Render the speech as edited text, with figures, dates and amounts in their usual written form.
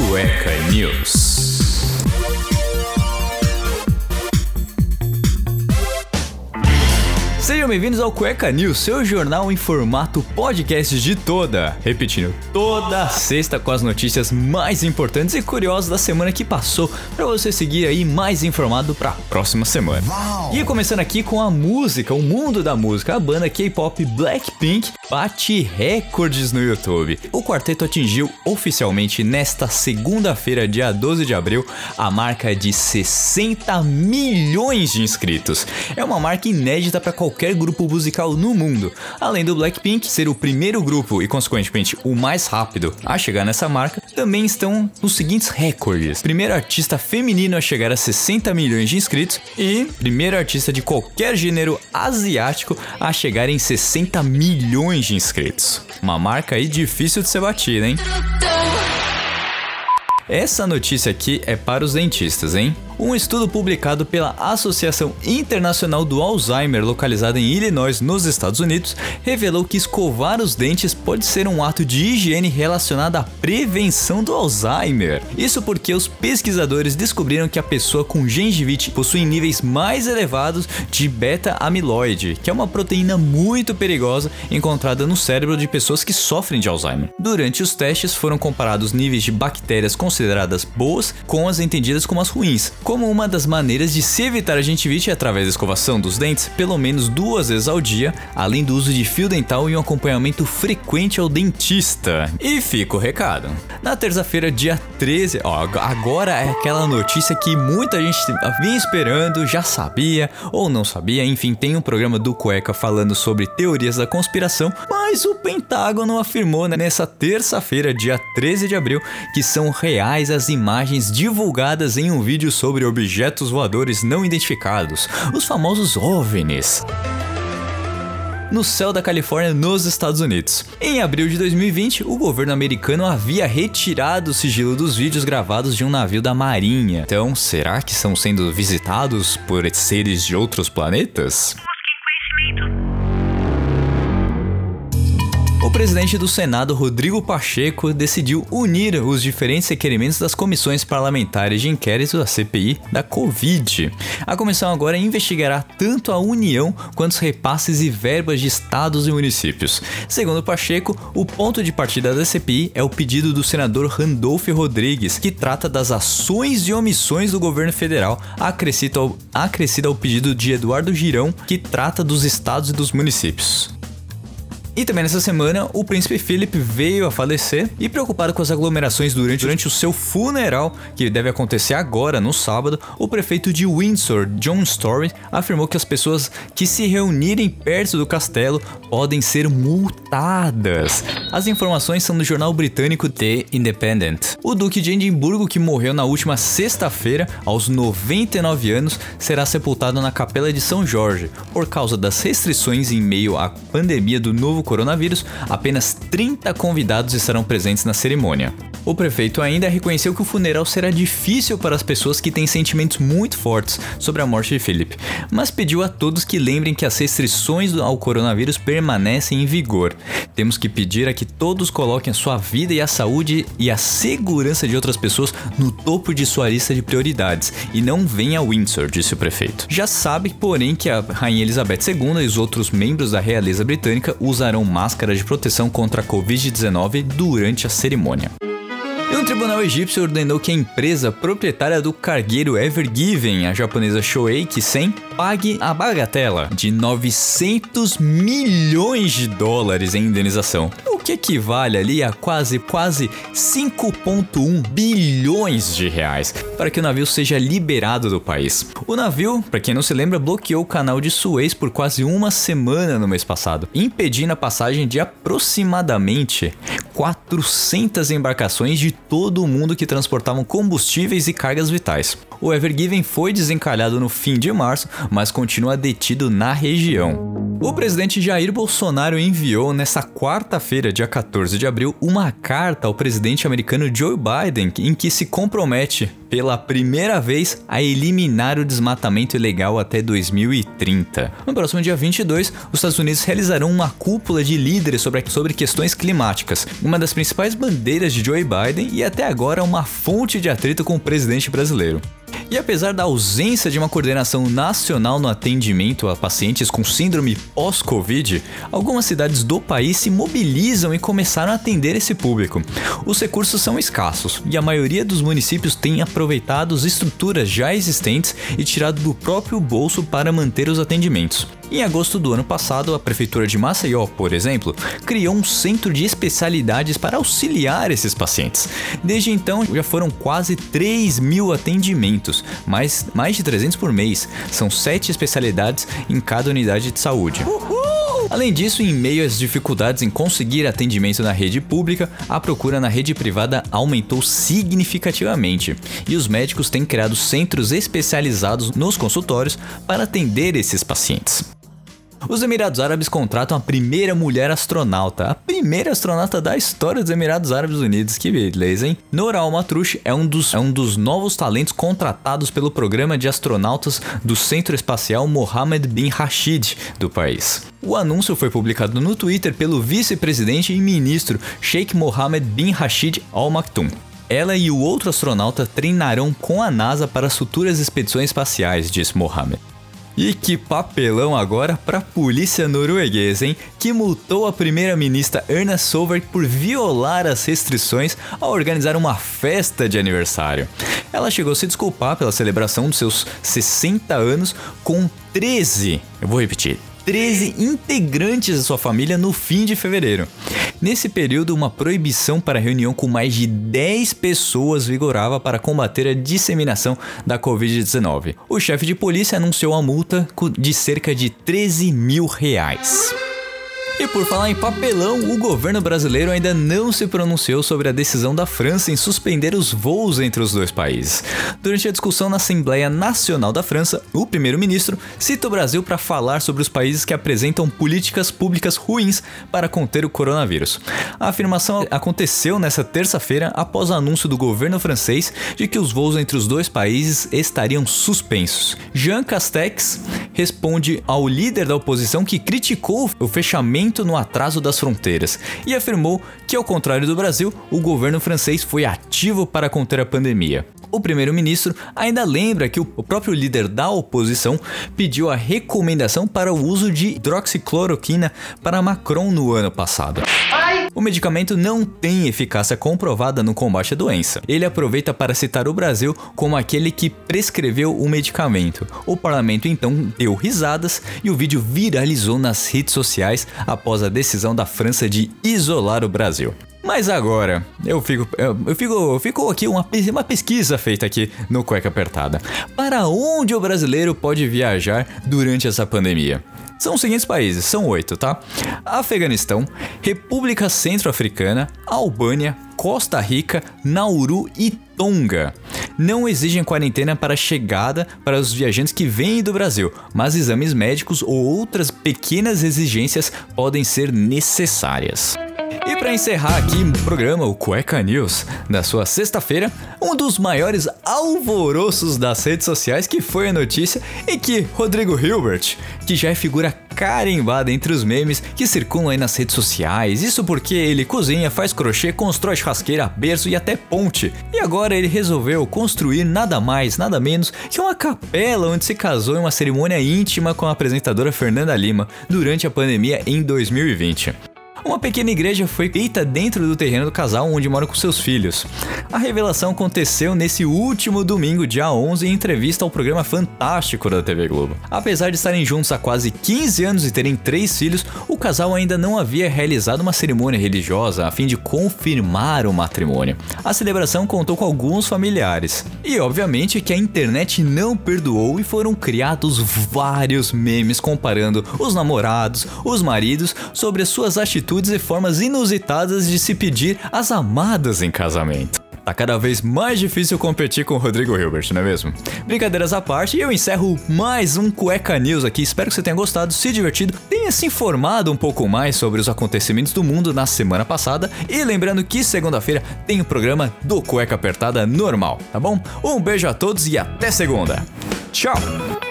Cueca News. Sejam bem-vindos ao Cueca News, seu jornal em formato podcast de toda sexta com as notícias mais importantes e curiosas da semana que passou, para você seguir aí mais informado para a próxima semana. Uau. E começando aqui com a música, o mundo da música, a banda K-pop Blackpink bate recordes no YouTube. O quarteto atingiu oficialmente nesta segunda-feira, dia 12 de abril, a marca de 60 milhões de inscritos. É uma marca inédita para qualquer grupo musical no mundo. Além do Blackpink ser o primeiro grupo e consequentemente o mais rápido a chegar nessa marca, também estão os seguintes recordes: primeiro artista feminino a chegar a 60 milhões de inscritos e primeiro artista de qualquer gênero asiático a chegar em 60 milhões de inscritos. Uma marca aí difícil de ser batida, hein? Essa notícia aqui é para os dentistas, hein? Um estudo publicado pela Associação Internacional do Alzheimer, localizada em Illinois, nos Estados Unidos, revelou que escovar os dentes pode ser um ato de higiene relacionado à prevenção do Alzheimer. Isso porque os pesquisadores descobriram que a pessoa com gengivite possui níveis mais elevados de beta-amiloide, que é uma proteína muito perigosa encontrada no cérebro de pessoas que sofrem de Alzheimer. Durante os testes foram comparados níveis de bactérias consideradas boas com as entendidas como as ruins. Como uma das maneiras de se evitar a gengivite é através da escovação dos dentes pelo menos 2 vezes ao dia, além do uso de fio dental e um acompanhamento frequente ao dentista. E fica o recado. Na terça-feira, dia 13, agora é aquela notícia que muita gente vinha esperando, já sabia ou não sabia, enfim, tem um programa do Cueca falando sobre teorias da conspiração, mas o Pentágono afirmou nessa terça-feira, dia 13 de abril, que são reais as imagens divulgadas em um vídeo sobre objetos voadores não identificados, os famosos OVNIs, no céu da Califórnia, nos Estados Unidos. Em abril de 2020, o governo americano havia retirado o sigilo dos vídeos gravados de um navio da Marinha. Então, será que estão sendo visitados por seres de outros planetas? O presidente do Senado, Rodrigo Pacheco, decidiu unir os diferentes requerimentos das comissões parlamentares de inquérito da CPI da Covid. A comissão agora investigará tanto a União quanto os repasses e verbas de estados e municípios. Segundo Pacheco, o ponto de partida da CPI é o pedido do senador Randolfo Rodrigues, que trata das ações e omissões do governo federal, acrescida ao pedido de Eduardo Girão, que trata dos estados e dos municípios. E também nessa semana, o príncipe Philip veio a falecer e, preocupado com as aglomerações durante o seu funeral, que deve acontecer agora, no sábado, o prefeito de Windsor, John Story, afirmou que as pessoas que se reunirem perto do castelo podem ser multadas. As informações são do jornal britânico The Independent. O duque de Edimburgo, que morreu na última sexta-feira, aos 99 anos, será sepultado na Capela de São Jorge. Por causa das restrições em meio à pandemia do novo coronavírus, apenas 30 convidados estarão presentes na cerimônia. O prefeito ainda reconheceu que o funeral será difícil para as pessoas que têm sentimentos muito fortes sobre a morte de Philip, mas pediu a todos que lembrem que as restrições ao coronavírus permanecem em vigor. Temos que pedir a que todos coloquem a sua vida e a saúde e a segurança de outras pessoas no topo de sua lista de prioridades e não venha a Windsor, disse o prefeito. Já sabe, porém, que a Rainha Elizabeth II e os outros membros da realeza britânica usarão máscara de proteção contra a Covid-19 durante a cerimônia. E um tribunal egípcio ordenou que a empresa proprietária do cargueiro Ever Given, a japonesa Shoei Kisen, pague a bagatela de 900 milhões de dólares em indenização, o que equivale ali a quase 5,1 bilhões de reais, para que o navio seja liberado do país. O navio, para quem não se lembra, bloqueou o canal de Suez por quase uma semana no mês passado, impedindo a passagem de aproximadamente 400 embarcações de todo o mundo que transportavam combustíveis e cargas vitais. O Ever Given foi desencalhado no fim de março, mas continua detido na região. O presidente Jair Bolsonaro enviou nesta quarta-feira, dia 14 de abril, uma carta ao presidente americano Joe Biden em que se compromete pela primeira vez, a eliminar o desmatamento ilegal até 2030. No próximo dia 22, os Estados Unidos realizarão uma cúpula de líderes sobre questões climáticas, uma das principais bandeiras de Joe Biden e até agora uma fonte de atrito com o presidente brasileiro. E apesar da ausência de uma coordenação nacional no atendimento a pacientes com síndrome pós-Covid, algumas cidades do país se mobilizam e começaram a atender esse público. Os recursos são escassos e a maioria dos municípios tem aproveitado as estruturas já existentes e tirado do próprio bolso para manter os atendimentos. Em agosto do ano passado, a prefeitura de Maceió, por exemplo, criou um centro de especialidades para auxiliar esses pacientes. Desde então, já foram quase 3.000 atendimentos, mais de 300 por mês. São 7 especialidades em cada unidade de saúde. Além disso, em meio às dificuldades em conseguir atendimento na rede pública, a procura na rede privada aumentou significativamente e os médicos têm criado centros especializados nos consultórios para atender esses pacientes. Os Emirados Árabes contratam a primeira mulher astronauta, a primeira astronauta da história dos Emirados Árabes Unidos, que beleza, hein? Noor Al-Matroush é um dos novos talentos contratados pelo programa de astronautas do Centro Espacial Mohammed bin Rashid do país. O anúncio foi publicado no Twitter pelo vice-presidente e ministro Sheikh Mohammed bin Rashid Al Maktoum. Ela e o outro astronauta treinarão com a NASA para as futuras expedições espaciais, disse Mohammed. E que papelão agora para a polícia norueguesa, hein? Que multou a primeira-ministra Erna Solberg por violar as restrições ao organizar uma festa de aniversário. Ela chegou a se desculpar pela celebração dos seus 60 anos com 13 integrantes da sua família no fim de fevereiro. Nesse período, uma proibição para reunião com mais de 10 pessoas vigorava para combater a disseminação da Covid-19. O chefe de polícia anunciou a multa de cerca de R$13 mil. E por falar em papelão, o governo brasileiro ainda não se pronunciou sobre a decisão da França em suspender os voos entre os dois países. Durante a discussão na Assembleia Nacional da França, o primeiro-ministro cita o Brasil para falar sobre os países que apresentam políticas públicas ruins para conter o coronavírus. A afirmação aconteceu nesta terça-feira após o anúncio do governo francês de que os voos entre os dois países estariam suspensos. Jean Castex responde ao líder da oposição que criticou o fechamento no atraso das fronteiras e afirmou que, ao contrário do Brasil, o governo francês foi ativo para conter a pandemia. O primeiro-ministro ainda lembra que o próprio líder da oposição pediu a recomendação para o uso de hidroxicloroquina para Macron no ano passado. O medicamento não tem eficácia comprovada no combate à doença. Ele aproveita para citar o Brasil como aquele que prescreveu o medicamento. O parlamento então deu risadas e o vídeo viralizou nas redes sociais após a decisão da França de isolar o Brasil. Mas agora, eu fico aqui uma pesquisa feita aqui no Cueca Apertada. Para onde o brasileiro pode viajar durante essa pandemia? São os seguintes países, são 8, tá? Afeganistão, República Centro-Africana, Albânia, Costa Rica, Nauru e Tonga. Não exigem quarentena para chegada para os viajantes que vêm do Brasil, mas exames médicos ou outras pequenas exigências podem ser necessárias. E para encerrar aqui o programa, o Cueca News, da sua sexta-feira, um dos maiores alvoroços das redes sociais que foi a notícia e que Rodrigo Hilbert, que já é figura carimbada entre os memes que circulam aí nas redes sociais, isso porque ele cozinha, faz crochê, constrói churrasqueira, berço e até ponte. E agora ele resolveu construir nada mais, nada menos que uma capela onde se casou em uma cerimônia íntima com a apresentadora Fernanda Lima durante a pandemia em 2020. Uma pequena igreja foi feita dentro do terreno do casal onde moram com seus filhos. A revelação aconteceu nesse último domingo, dia 11, em entrevista ao programa Fantástico da TV Globo. Apesar de estarem juntos há quase 15 anos e terem 3 filhos, o casal ainda não havia realizado uma cerimônia religiosa a fim de confirmar o matrimônio. A celebração contou com alguns familiares. E obviamente que a internet não perdoou e foram criados vários memes comparando os namorados, os maridos, sobre as suas atitudes e formas inusitadas de se pedir as amadas em casamento. Tá cada vez mais difícil competir com o Rodrigo Hilbert, não é mesmo? Brincadeiras à parte, eu encerro mais um Cueca News aqui. Espero que você tenha gostado, se divertido, tenha se informado um pouco mais sobre os acontecimentos do mundo na semana passada. E lembrando que segunda-feira tem o programa do Cueca Apertada normal, tá bom? Um beijo a todos e até segunda. Tchau!